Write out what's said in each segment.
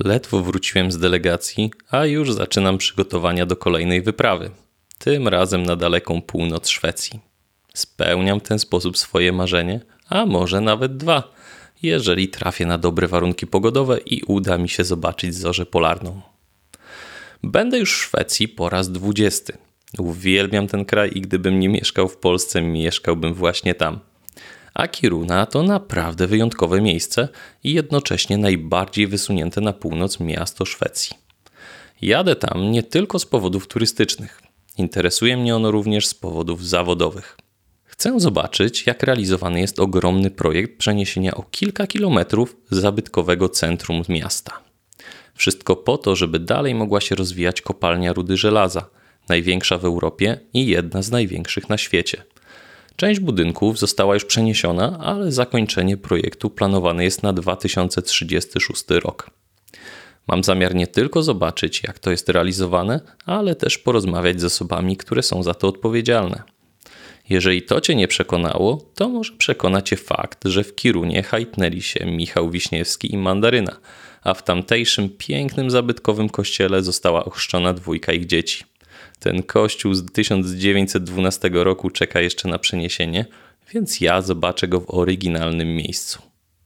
Ledwo wróciłem z delegacji, a już zaczynam przygotowania do kolejnej wyprawy. Tym razem na daleką północ Szwecji. Spełniam w ten sposób swoje marzenie, a może nawet dwa, jeżeli trafię na dobre warunki pogodowe i uda mi się zobaczyć zorzę polarną. Będę już w Szwecji po raz 20. Uwielbiam ten kraj i gdybym nie mieszkał w Polsce, mieszkałbym właśnie tam. A Kiruna to naprawdę wyjątkowe miejsce i jednocześnie najbardziej wysunięte na północ miasto Szwecji. Jadę tam nie tylko z powodów turystycznych. Interesuje mnie ono również z powodów zawodowych. Chcę zobaczyć, jak realizowany jest ogromny projekt przeniesienia o kilka kilometrów zabytkowego centrum miasta. Wszystko po to, żeby dalej mogła się rozwijać kopalnia rudy żelaza, największa w Europie i jedna z największych na świecie. Część budynków została już przeniesiona, ale zakończenie projektu planowane jest na 2036 rok. Mam zamiar nie tylko zobaczyć, jak to jest realizowane, ale też porozmawiać z osobami, które są za to odpowiedzialne. Jeżeli to Cię nie przekonało, to może przekona Cię fakt, że w Kirunie hajtnęli się Michał Wiśniewski i Mandaryna, a w tamtejszym pięknym zabytkowym kościele została ochrzczona dwójka ich dzieci. Ten kościół z 1912 roku czeka jeszcze na przeniesienie, więc ja zobaczę go w oryginalnym miejscu.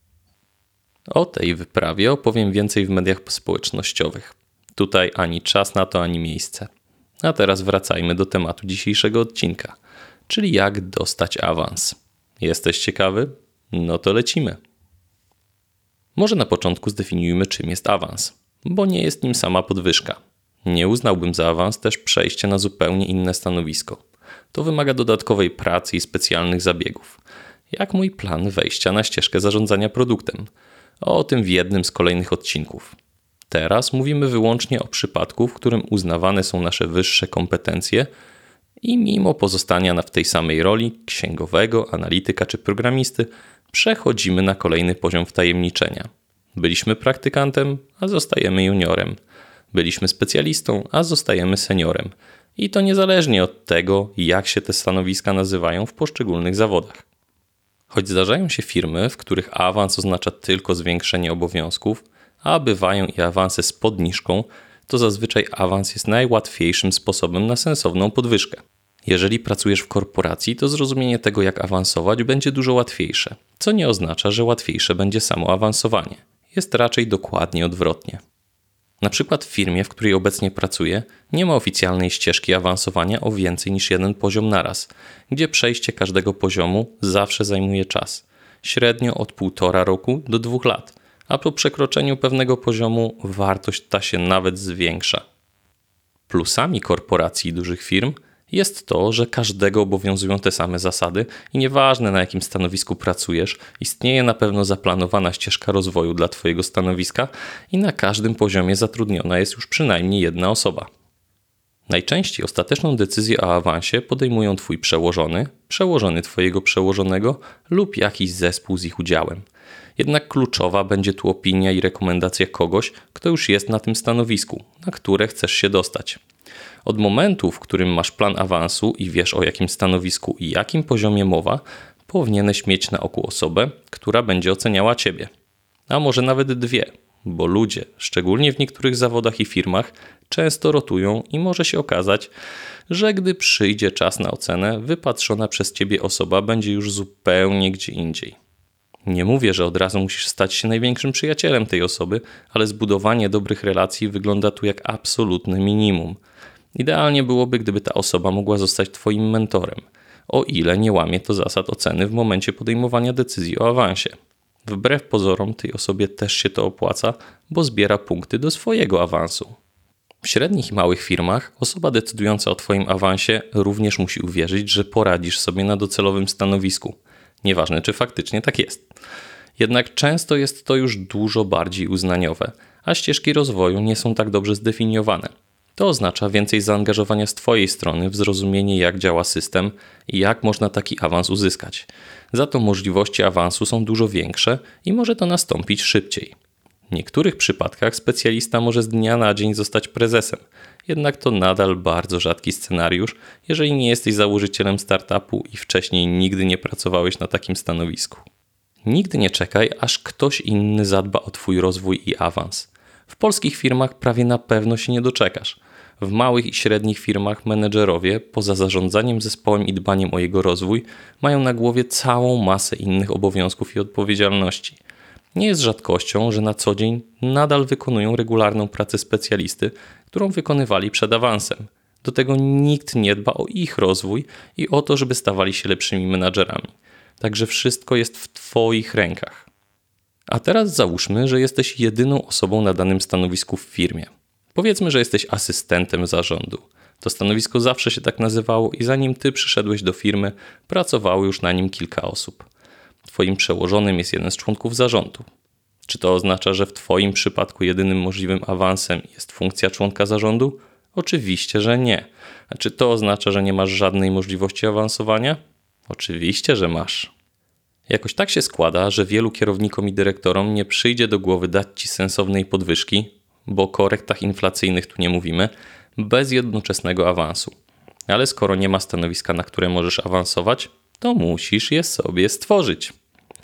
O tej wyprawie opowiem więcej w mediach społecznościowych. Tutaj ani czas na to, ani miejsce. A teraz wracajmy do tematu dzisiejszego odcinka, czyli jak dostać awans. Jesteś ciekawy? No to lecimy. Może na początku zdefiniujmy, czym jest awans, bo nie jest nim sama podwyżka. Nie uznałbym za awans też przejście na zupełnie inne stanowisko. To wymaga dodatkowej pracy i specjalnych zabiegów. Jak mój plan wejścia na ścieżkę zarządzania produktem. O tym w jednym z kolejnych odcinków. Teraz mówimy wyłącznie o przypadku, w którym uznawane są nasze wyższe kompetencje i mimo pozostania w tej samej roli księgowego, analityka czy programisty przechodzimy na kolejny poziom wtajemniczenia. Byliśmy praktykantem, a zostajemy juniorem. Byliśmy specjalistą, a zostajemy seniorem. I to niezależnie od tego, jak się te stanowiska nazywają w poszczególnych zawodach. Choć zdarzają się firmy, w których awans oznacza tylko zwiększenie obowiązków, a bywają i awanse z podniżką, to zazwyczaj awans jest najłatwiejszym sposobem na sensowną podwyżkę. Jeżeli pracujesz w korporacji, to zrozumienie tego, jak awansować, będzie dużo łatwiejsze, co nie oznacza, że łatwiejsze będzie samo awansowanie. Jest raczej dokładnie odwrotnie. Na przykład w firmie, w której obecnie pracuję, nie ma oficjalnej ścieżki awansowania o więcej niż jeden poziom naraz, gdzie przejście każdego poziomu zawsze zajmuje czas, średnio od 1,5 roku do 2 lat, a po przekroczeniu pewnego poziomu wartość ta się nawet zwiększa. Plusami korporacji i dużych firm jest to, że każdego obowiązują te same zasady i nieważne na jakim stanowisku pracujesz, istnieje na pewno zaplanowana ścieżka rozwoju dla Twojego stanowiska i na każdym poziomie zatrudniona jest już przynajmniej jedna osoba. Najczęściej ostateczną decyzję o awansie podejmują Twój przełożony, przełożony Twojego przełożonego lub jakiś zespół z ich udziałem. Jednak kluczowa będzie tu opinia i rekomendacja kogoś, kto już jest na tym stanowisku, na które chcesz się dostać. Od momentu, w którym masz plan awansu i wiesz, o jakim stanowisku i jakim poziomie mowa, powinieneś mieć na oku osobę, która będzie oceniała Ciebie. A może nawet dwie, bo ludzie, szczególnie w niektórych zawodach i firmach, często rotują i może się okazać, że gdy przyjdzie czas na ocenę, wypatrzona przez Ciebie osoba będzie już zupełnie gdzie indziej. Nie mówię, że od razu musisz stać się największym przyjacielem tej osoby, ale zbudowanie dobrych relacji wygląda tu jak absolutne minimum. Idealnie byłoby, gdyby ta osoba mogła zostać Twoim mentorem, o ile nie łamie to zasad oceny w momencie podejmowania decyzji o awansie. Wbrew pozorom tej osobie też się to opłaca, bo zbiera punkty do swojego awansu. W średnich i małych firmach osoba decydująca o Twoim awansie również musi uwierzyć, że poradzisz sobie na docelowym stanowisku. Nieważne, czy faktycznie tak jest. Jednak często jest to już dużo bardziej uznaniowe, a ścieżki rozwoju nie są tak dobrze zdefiniowane. To oznacza więcej zaangażowania z Twojej strony w zrozumienie, jak działa system i jak można taki awans uzyskać. Za to możliwości awansu są dużo większe i może to nastąpić szybciej. W niektórych przypadkach specjalista może z dnia na dzień zostać prezesem, jednak to nadal bardzo rzadki scenariusz, jeżeli nie jesteś założycielem startupu i wcześniej nigdy nie pracowałeś na takim stanowisku. Nigdy nie czekaj, aż ktoś inny zadba o Twój rozwój i awans. W polskich firmach prawie na pewno się nie doczekasz. W małych i średnich firmach menedżerowie, poza zarządzaniem zespołem i dbaniem o jego rozwój, mają na głowie całą masę innych obowiązków i odpowiedzialności. Nie jest rzadkością, że na co dzień nadal wykonują regularną pracę specjalisty, którą wykonywali przed awansem. Do tego nikt nie dba o ich rozwój i o to, żeby stawali się lepszymi menadżerami. Także wszystko jest w Twoich rękach. A teraz załóżmy, że jesteś jedyną osobą na danym stanowisku w firmie. Powiedzmy, że jesteś asystentem zarządu. To stanowisko zawsze się tak nazywało i zanim Ty przyszedłeś do firmy, pracowało już na nim kilka osób. Twoim przełożonym jest jeden z członków zarządu. Czy to oznacza, że w Twoim przypadku jedynym możliwym awansem jest funkcja członka zarządu? Oczywiście, że nie. A czy to oznacza, że nie masz żadnej możliwości awansowania? Oczywiście, że masz. Jakoś tak się składa, że wielu kierownikom i dyrektorom nie przyjdzie do głowy dać Ci sensownej podwyżki, bo o korektach inflacyjnych tu nie mówimy, bez jednoczesnego awansu. Ale skoro nie ma stanowiska, na które możesz awansować, to musisz je sobie stworzyć.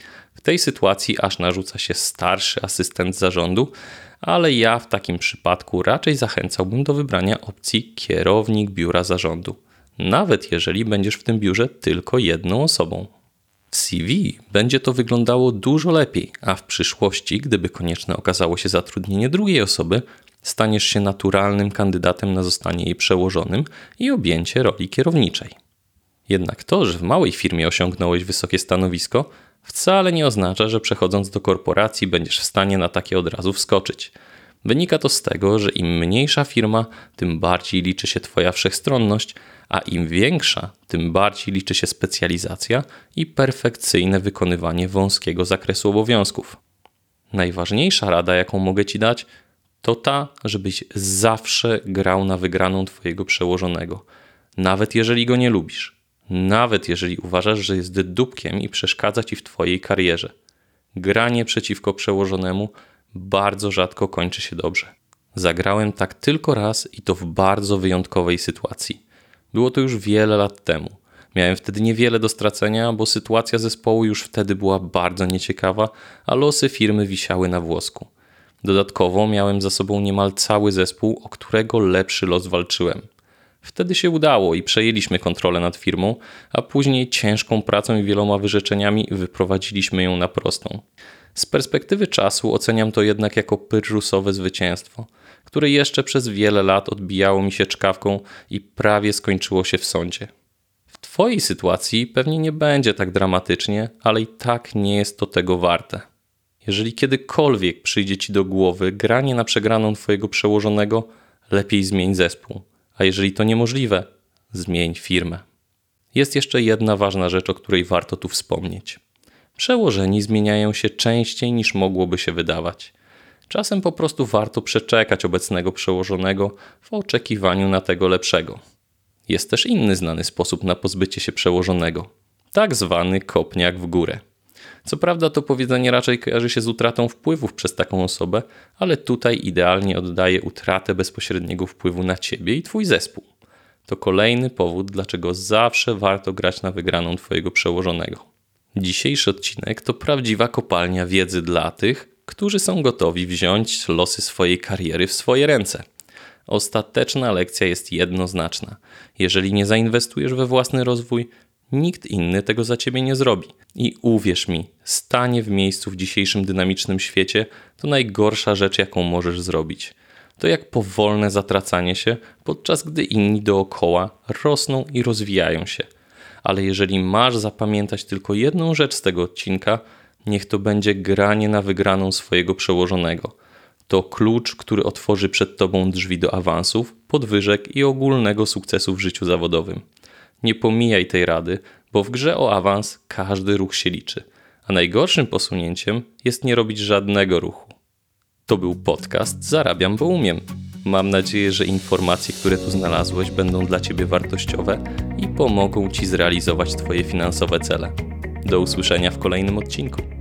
W tej sytuacji aż narzuca się starszy asystent zarządu, ale ja w takim przypadku raczej zachęcałbym do wybrania opcji kierownik biura zarządu, nawet jeżeli będziesz w tym biurze tylko jedną osobą. W CV będzie to wyglądało dużo lepiej, a w przyszłości, gdyby konieczne okazało się zatrudnienie drugiej osoby, staniesz się naturalnym kandydatem na zostanie jej przełożonym i objęcie roli kierowniczej. Jednak to, że w małej firmie osiągnąłeś wysokie stanowisko, wcale nie oznacza, że przechodząc do korporacji będziesz w stanie na takie od razu wskoczyć. Wynika to z tego, że im mniejsza firma, tym bardziej liczy się Twoja wszechstronność, a im większa, tym bardziej liczy się specjalizacja i perfekcyjne wykonywanie wąskiego zakresu obowiązków. Najważniejsza rada, jaką mogę Ci dać, to ta, żebyś zawsze grał na wygraną Twojego przełożonego, nawet jeżeli go nie lubisz. Nawet jeżeli uważasz, że jest dupkiem i przeszkadza Ci w Twojej karierze. Granie przeciwko przełożonemu bardzo rzadko kończy się dobrze. Zagrałem tak tylko raz i to w bardzo wyjątkowej sytuacji. Było to już wiele lat temu. Miałem wtedy niewiele do stracenia, bo sytuacja zespołu już wtedy była bardzo nieciekawa, a losy firmy wisiały na włosku. Dodatkowo miałem za sobą niemal cały zespół, o którego lepszy los walczyłem. Wtedy się udało i przejęliśmy kontrolę nad firmą, a później ciężką pracą i wieloma wyrzeczeniami wyprowadziliśmy ją na prostą. Z perspektywy czasu oceniam to jednak jako pyrrusowe zwycięstwo, które jeszcze przez wiele lat odbijało mi się czkawką i prawie skończyło się w sądzie. W Twojej sytuacji pewnie nie będzie tak dramatycznie, ale i tak nie jest to tego warte. Jeżeli kiedykolwiek przyjdzie Ci do głowy granie na przegraną Twojego przełożonego, lepiej zmień zespół. A jeżeli to niemożliwe, zmień firmę. Jest jeszcze jedna ważna rzecz, o której warto tu wspomnieć. Przełożeni zmieniają się częściej niż mogłoby się wydawać. Czasem po prostu warto przeczekać obecnego przełożonego w oczekiwaniu na tego lepszego. Jest też inny znany sposób na pozbycie się przełożonego. Tak zwany kopniak w górę. Co prawda to powiedzenie raczej kojarzy się z utratą wpływów przez taką osobę, ale tutaj idealnie oddaje utratę bezpośredniego wpływu na Ciebie i Twój zespół. To kolejny powód, dlaczego zawsze warto grać na wygraną Twojego przełożonego. Dzisiejszy odcinek to prawdziwa kopalnia wiedzy dla tych, którzy są gotowi wziąć losy swojej kariery w swoje ręce. Ostateczna lekcja jest jednoznaczna. Jeżeli nie zainwestujesz we własny rozwój, nikt inny tego za Ciebie nie zrobi. I uwierz mi, stanie w miejscu w dzisiejszym dynamicznym świecie to najgorsza rzecz, jaką możesz zrobić. To jak powolne zatracanie się, podczas gdy inni dookoła rosną i rozwijają się. Ale jeżeli masz zapamiętać tylko jedną rzecz z tego odcinka, niech to będzie granie na wygraną swojego przełożonego. To klucz, który otworzy przed Tobą drzwi do awansów, podwyżek i ogólnego sukcesu w życiu zawodowym. Nie pomijaj tej rady, bo w grze o awans każdy ruch się liczy, a najgorszym posunięciem jest nie robić żadnego ruchu. To był podcast Zarabiam, bo umiem. Mam nadzieję, że informacje, które tu znalazłeś, będą dla Ciebie wartościowe i pomogą Ci zrealizować Twoje finansowe cele. Do usłyszenia w kolejnym odcinku.